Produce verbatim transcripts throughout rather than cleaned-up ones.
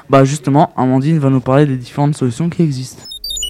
Bah justement, Amandine va nous parler des différentes solutions qui existent.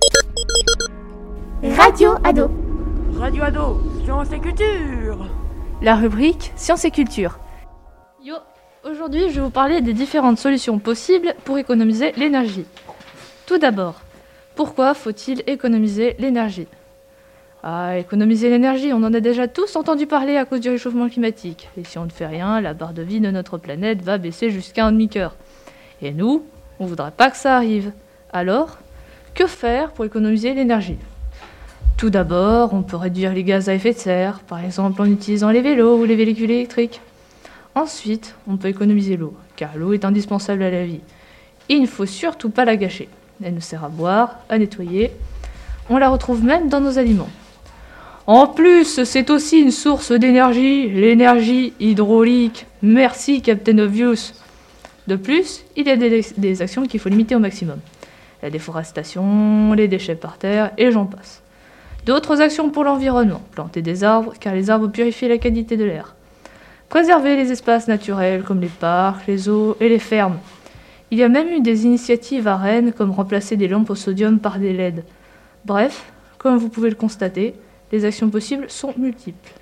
Radio Ado. Radio Ado, sciences et culture. La rubrique Sciences et culture. Yo, aujourd'hui je vais vous parler des différentes solutions possibles pour économiser l'énergie. Tout d'abord, pourquoi faut-il économiser l'énergie ? Ah, économiser l'énergie, on en a déjà tous entendu parler à cause du réchauffement climatique. Et si on ne fait rien, la barre de vie de notre planète va baisser jusqu'à un demi-cœur. Et nous, on ne voudrait pas que ça arrive. Alors, que faire pour économiser l'énergie ? Tout d'abord, on peut réduire les gaz à effet de serre, par exemple en utilisant les vélos ou les véhicules électriques. Ensuite, on peut économiser l'eau, car l'eau est indispensable à la vie. Il ne faut surtout pas la gâcher. Elle nous sert à boire, à nettoyer. On la retrouve même dans nos aliments. En plus, c'est aussi une source d'énergie, l'énergie hydraulique. Merci, Captain Obvious. De plus, il y a des, des actions qu'il faut limiter au maximum. La déforestation, les déchets par terre, et j'en passe. D'autres actions pour l'environnement. Planter des arbres, car les arbres purifient la qualité de l'air. Préserver les espaces naturels, comme les parcs, les eaux et les fermes. Il y a même eu des initiatives à Rennes, comme remplacer des lampes au sodium par des L E D. Bref, comme vous pouvez le constater, les actions possibles sont multiples.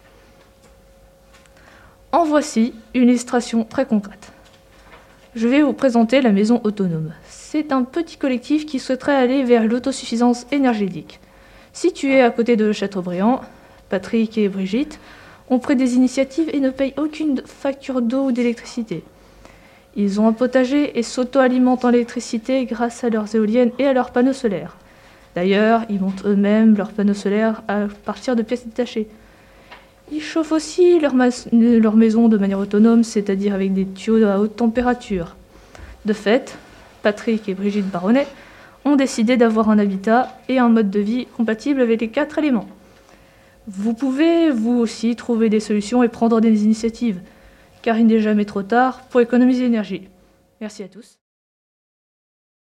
En voici une illustration très concrète. Je vais vous présenter la maison autonome. C'est un petit collectif qui souhaiterait aller vers l'autosuffisance énergétique. Situé à côté de Châteaubriand, Patrick et Brigitte ont pris des initiatives et ne payent aucune facture d'eau ou d'électricité. Ils ont un potager et s'auto-alimentent en électricité grâce à leurs éoliennes et à leurs panneaux solaires. D'ailleurs, ils montent eux-mêmes leurs panneaux solaires à partir de pièces détachées. Ils chauffent aussi leur, ma- leur maison de manière autonome, c'est-à-dire avec des tuyaux à haute température. De fait, Patrick et Brigitte Baronnet ont décidé d'avoir un habitat et un mode de vie compatible avec les quatre éléments. Vous pouvez, vous aussi, trouver des solutions et prendre des initiatives, car il n'est jamais trop tard pour économiser l'énergie. Merci à tous.